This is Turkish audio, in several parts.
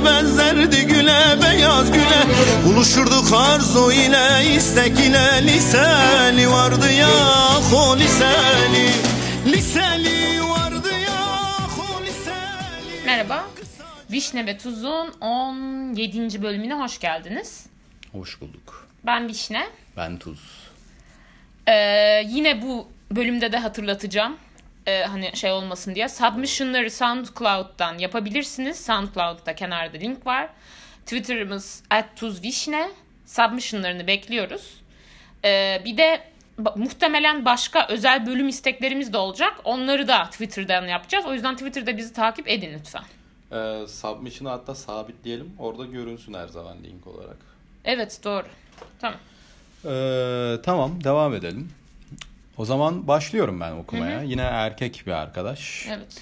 benzerdi güle, beyaz güle. Buluşurduk arzu ile, istek ile. Liseli vardı ya, o liseli. Liseli vardı ya, o liseli. Merhaba, Vişne ve Tuz'un 17. bölümüne hoş geldiniz. Hoş bulduk. Ben Vişne. Ben Tuz. Yine bu bölümde de hatırlatacağım. Hani şey olmasın diye. Submission'ları SoundCloud'dan yapabilirsiniz. SoundCloud'da kenarda link var. Twitter'ımız @tuzvişne. Submission'larını bekliyoruz. Bir de muhtemelen başka özel bölüm isteklerimiz de olacak. Onları da Twitter'dan yapacağız. O yüzden Twitter'da bizi takip edin lütfen. Submission'ı hatta sabitleyelim. Orada görünsün her zaman link olarak. Evet, doğru. Tamam. Tamam, devam edelim. O zaman başlıyorum ben okumaya. Hı hı. Yine erkek bir arkadaş. Evet.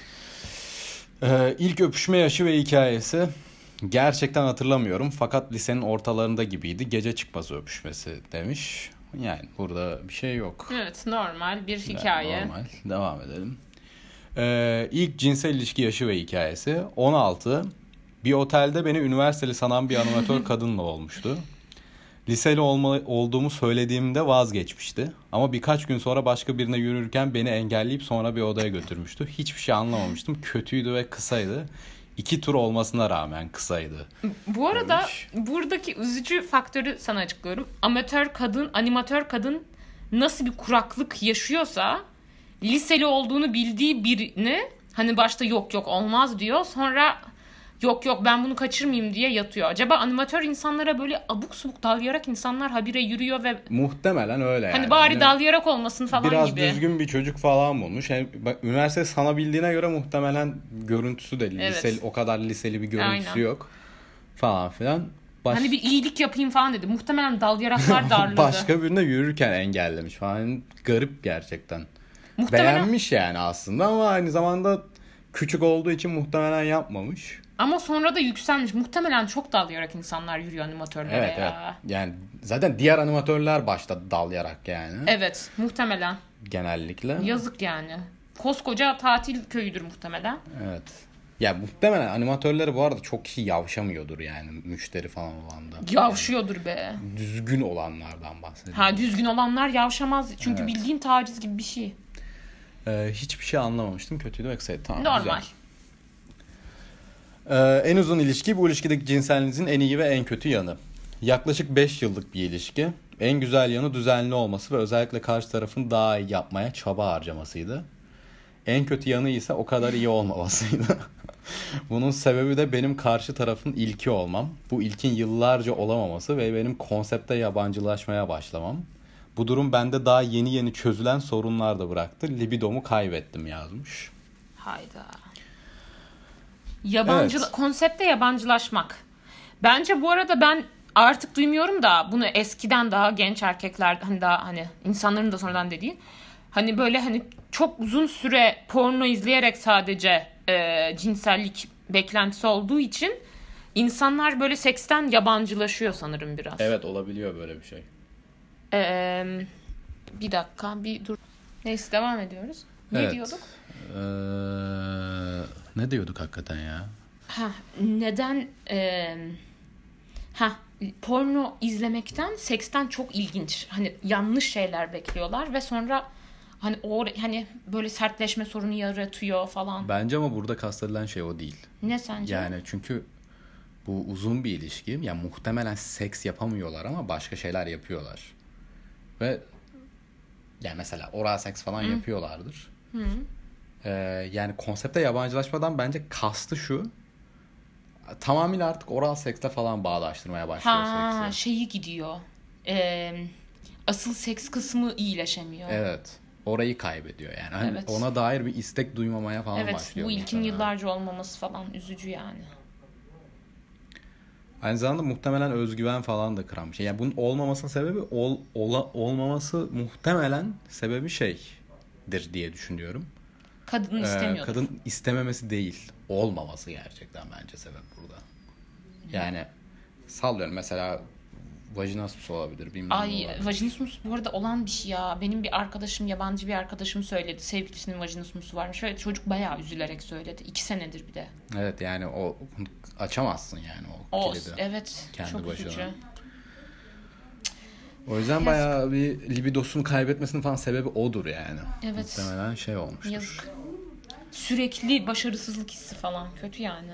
İlk öpüşme yaşı ve hikayesi. Gerçekten hatırlamıyorum. Fakat lisenin ortalarında gibiydi. Gece çıkması öpüşmesi demiş. Yani burada bir şey yok. Evet, normal bir hikaye. Yani normal. Devam edelim. İlk cinsel ilişki yaşı ve hikayesi. 16. Bir otelde beni üniversiteli sanan bir animatör kadınla olmuştu. Liseli olduğumu söylediğimde vazgeçmişti. Ama birkaç gün sonra başka birine yürürken beni engelleyip sonra bir odaya götürmüştü. Hiçbir şey anlamamıştım. Kötüydü ve kısaydı. 2 tur olmasına rağmen kısaydı. Bu arada demiş. buradaki üzücü faktörü sana açıklıyorum. Animatör kadın nasıl bir kuraklık yaşıyorsa liseli olduğunu bildiği birini hani başta yok olmaz diyor. Sonra yok ben bunu kaçırmayayım diye yatıyor. Acaba animatör insanlara böyle abuk subuk dalyarak insanlar habire yürüyor ve Muhtemelen öyle yani. hani bari dalyarak olmasın falan biraz gibi. Biraz düzgün bir çocuk falan bulmuş. Yani üniversite sanabildiğine göre muhtemelen görüntüsü de Evet. o kadar liseli bir görüntüsü Aynen. yok. Falan filan. Hani bir iyilik yapayım falan dedi. Muhtemelen dalyaraklar darladı. Başka birine yürürken engellemiş falan. Garip gerçekten. Muhtemelen... Beğenmiş yani aslında ama aynı zamanda küçük olduğu için muhtemelen yapmamış. Ama sonra da yükselmiş. Muhtemelen çok dalyarak insanlar yürüyor animatörlere Evet, ya. evet. Yani zaten diğer animatörler başta dalayarak yani. Evet, muhtemelen. Genellikle. Yazık yani. Koskoca tatil köyüdür muhtemelen. Evet. Ya muhtemelen animatörleri bu arada çok iyi yavşamıyordur yani müşteri falan olan da. Yavşıyordur be. Yani düzgün olanlardan bahsediyorum. Ha, düzgün olanlar yavşamaz. Çünkü Evet. bildiğin taciz gibi bir şey. Hiçbir şey anlamamıştım. Kötüydü ve kısaydı. Tamam, Normal. güzel. En uzun ilişki bu ilişkideki cinselinizin en iyi ve en kötü yanı. Yaklaşık 5 yıllık bir ilişki. En güzel yanı düzenli olması ve özellikle karşı tarafın daha iyi yapmaya çaba harcamasıydı. En kötü yanı ise o kadar iyi olmamasıydı. Bunun sebebi de benim karşı tarafın ilki olmam. Bu ilkin yıllarca olamaması ve benim konsepte yabancılaşmaya başlamam. Bu durum bende daha yeni çözülen sorunlar da bıraktı. Libidomu kaybettim yazmış. Hayda. Evet. Konsepte yabancılaşmak. Bence bu arada ben artık duymuyorum da bunu eskiden daha genç erkekler hani insanların da sonradan dediği hani böyle hani çok uzun süre porno izleyerek sadece cinsellik beklentisi olduğu için insanlar böyle seksten yabancılaşıyor sanırım biraz. Evet, olabiliyor böyle bir şey. Bir dakika bir dur. Neyse, devam ediyoruz. Ne diyorduk? Ne diyorduk hakikaten ya? Neden porno izlemekten seksten çok ilginç. Hani yanlış şeyler bekliyorlar ve sonra hani böyle sertleşme sorunu yaratıyor falan. Bence ama burada kastedilen şey o değil. Ne sence? Yani çünkü bu uzun bir ilişki. Yani muhtemelen seks yapamıyorlar ama başka şeyler yapıyorlar. Ve yani mesela oral seks falan yapıyorlardır. Yani konsepte yabancılaşmadan bence kastı şu. Tamamıyla artık oral sekste falan bağdaştırmaya başlıyor seksi. Şeyi gidiyor. Asıl seks kısmı iyileşemiyor. Evet. Orayı kaybediyor yani. Hani Evet. ona dair bir istek duymamaya falan Evet, başlıyor. bu ilkin muhtemelen. yıllarca olmaması falan üzücü yani. Aynı zamanda muhtemelen özgüven falan da kıran bir şey. Yani bunun olmamasının sebebi olmaması muhtemelen sebebi şeydir diye düşünüyorum. Kadın istemiyor. Kadın istememesi değil, olmaması gerçekten bence sebep burada. Yani sallıyorum mesela Vajinismus olabilir, bilmiyorum. Ay, olabilir. vajinismus bu arada olan bir şey ya. Benim bir arkadaşım, yabancı bir arkadaşım söyledi. Sevgilisinin vajinismusu varmış ve çocuk bayağı üzülerek söyledi. 2 senedir bir de. Evet, yani o açamazsın yani o kilidi. Evet, Kendi çok başına. üzücü. O yüzden bayağı bir libidosunu kaybetmesinin falan sebebi odur yani. Evet. Muhtemelen şey olmuştur. Yazık. Sürekli başarısızlık hissi falan. Kötü yani.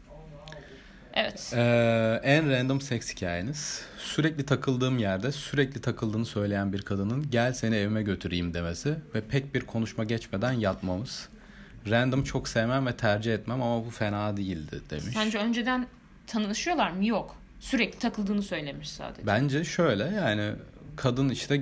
Evet. En random seks hikayeniz. Sürekli takıldığım yerde sürekli takıldığını söyleyen bir kadının gel seni evime götüreyim demesi ve pek bir konuşma geçmeden yatmamız. Random çok sevmem ve tercih etmem ama bu fena değildi demiş. Sence önceden tanışıyorlar mı? Yok. Sürekli takıldığını söylemiş sadece. Bence şöyle, yani kadın işte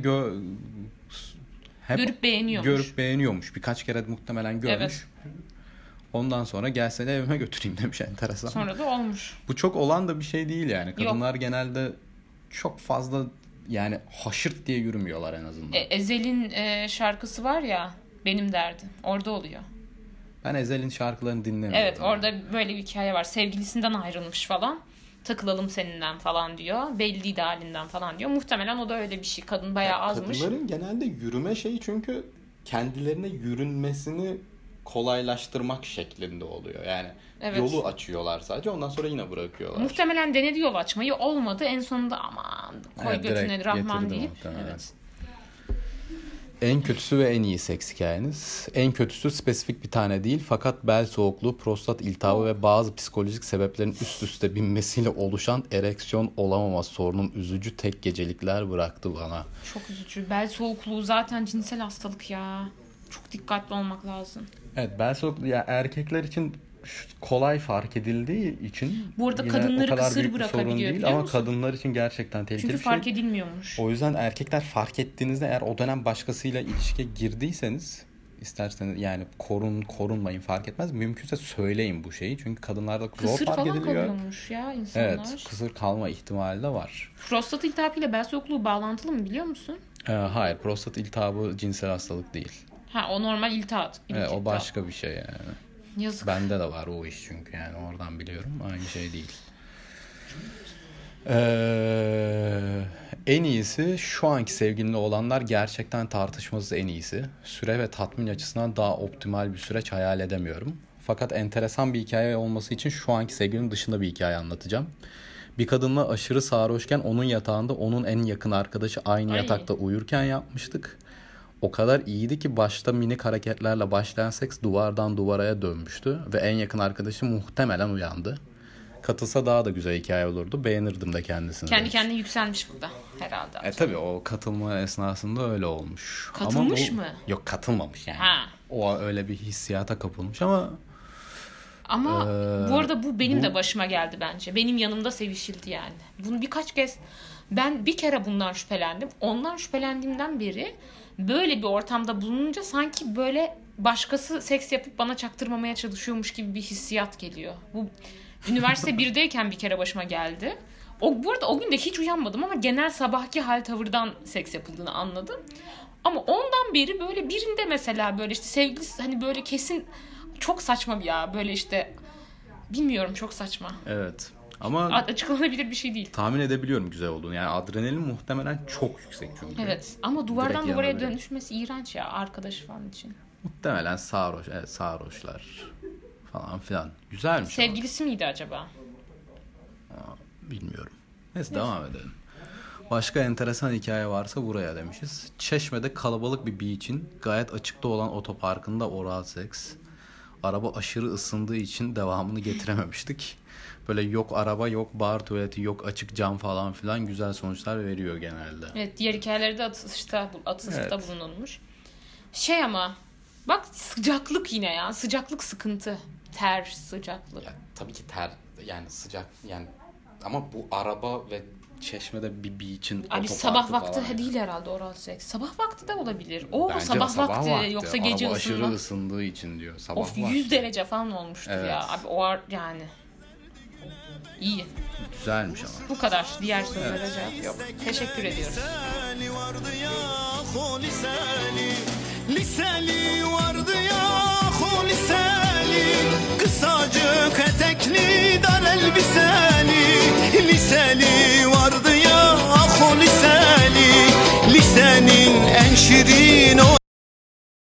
hep Görüp beğeniyormuş. Görüp beğeniyormuş. Birkaç kere muhtemelen görmüş. Evet. Ondan sonra gel seni evime götüreyim demiş, enteresan. Sonra da olmuş. Bu çok olan da bir şey değil yani. Kadınlar genelde çok fazla yani haşırt diye yürümüyorlar en azından. Ezel'in şarkısı var ya, Benim Derdim. Orada oluyor. Ben Ezel'in şarkılarını dinlemiyorum. Evet, orada böyle bir hikaye var. Sevgilisinden ayrılmış falan. Takılalım seninle falan diyor. Belliydi halinden falan diyor. Muhtemelen o da öyle bir şey. Kadın bayağı azmış. Kadınların genelde yürüme şeyi çünkü kendilerine yürünmesini kolaylaştırmak şeklinde oluyor. Yani Evet. yolu açıyorlar sadece, ondan sonra yine bırakıyorlar. Muhtemelen denedi yol açmayı, olmadı. En sonunda aman koy Evet, götüne direkt Rahman getirdi deyip. muhtemelen. Evet. En kötüsü ve en iyi seks hikayeniz. En kötüsü spesifik bir tane değil fakat bel soğukluğu, prostat iltihabı ve bazı psikolojik sebeplerin üst üste binmesiyle oluşan ereksiyon olamama sorunun üzücü tek gecelikler bıraktı bana. Çok üzücü. Bel soğukluğu zaten cinsel hastalık ya. Çok dikkatli olmak lazım. Evet, bel soğukluğu ya erkekler için kolay fark edildiği için Bu arada yine kadınları o kadar kısır büyük bir bırakabiliyor, sorun değil biliyor ama musun? kadınlar için gerçekten tehlikeli Çünkü bir şey. fark edilmiyormuş. O yüzden erkekler fark ettiğinizde, eğer o dönem başkasıyla ilişkiye girdiyseniz, isterseniz yani korunmayın fark etmez. Mümkünse söyleyin bu şeyi. Çünkü kadınlarda zor Kısır fark falan ediliyor. kalıyormuş ya insanlar. Evet, kısır kalma ihtimali de var. Prostat iltihabıyla bel soğukluğu bağlantılı mı, biliyor musun? Hayır, prostat iltihabı cinsel hastalık değil. Ha, o normal iltihap. Evet, o başka bir şey yani. Yazık. Bende de var o iş çünkü, yani oradan biliyorum. Aynı şey değil. En iyisi, şu anki sevgilinle olanlar gerçekten tartışmasız en iyisi. Süre ve tatmin açısından daha optimal bir süreç hayal edemiyorum. Fakat enteresan bir hikaye olması için şu anki sevgilinin dışında bir hikaye anlatacağım. Bir kadınla aşırı sarhoşken onun yatağında onun en yakın arkadaşı aynı yatakta uyurken yapmıştık. O kadar iyiydi ki başta minik hareketlerle başlayan seks duvardan duvaraya dönmüştü ve en yakın arkadaşı muhtemelen uyandı. Katılsa daha da güzel hikaye olurdu. Beğenirdim de kendisini. Kendi demiş. kendine yükselmiş burada herhalde. Tabii o katılma esnasında öyle olmuş. Katılmış mı? Yok, katılmamış yani. Ha. O öyle bir hissiyata kapılmış ama bu arada bu benim de başıma geldi bence. Benim yanımda sevişildi yani. Bunu birkaç kez, ben bir kere bundan şüphelendim. Ondan şüphelendiğimden beri böyle bir ortamda bulununca sanki böyle başkası seks yapıp bana çaktırmamaya çalışıyormuş gibi bir hissiyat geliyor. Bu üniversite 1'deyken bir kere başıma geldi. Bu arada o gün de hiç uyanmadım ama genel sabahki hal tavırdan seks yapıldığını anladım. Ama ondan beri böyle birinde mesela böyle işte sevgilisi hani böyle kesin çok saçma ya, böyle işte bilmiyorum, çok saçma. evet. Ama Açıklanabilir bir şey değil. tahmin edebiliyorum güzel olduğunu. Yani adrenalin muhtemelen çok yüksek çünkü. Evet ama duvardan Direkt duvaraya yanabilir. dönüşmesi iğrenç ya, arkadaş falan için. Muhtemelen sarhoş, evet, sarhoşlar falan filan. Güzelmiş ama. Sevgilisi miydi acaba? Bilmiyorum. Neyse, devam edelim. Başka enteresan hikaye varsa buraya demişiz. Çeşme'de kalabalık bir beach'in gayet açıkta olan otoparkında oral seks. Araba aşırı ısındığı için devamını getirememiştik. Böyle yok araba, yok bar tuvaleti, yok açık cam falan filan güzel sonuçlar veriyor genelde. Evet, diğer hikayeleri de atışta Evet. bulunulmuş. Şey ama bak, sıcaklık yine ya. Sıcaklık sıkıntı. Ter, sıcaklık. Ya, tabii ki ter, yani sıcak yani, ama bu araba ve Çeşme'de bir beach'in Abi otoparkı sabah vakti falan değil herhalde oral seks. Sabah vakti de olabilir. O Bence sabah vakti yoksa gece araba aşırı ısınma. ısındığı için diyor. Sabah Of, vakti. 100 derece falan olmuştur Evet. ya. Abi yani. İyi. Güzelmiş ama. Bu kadar. Diğer sorulara cevap yok. Teşekkür ediyoruz. liseli vardı ya ho liseli liseli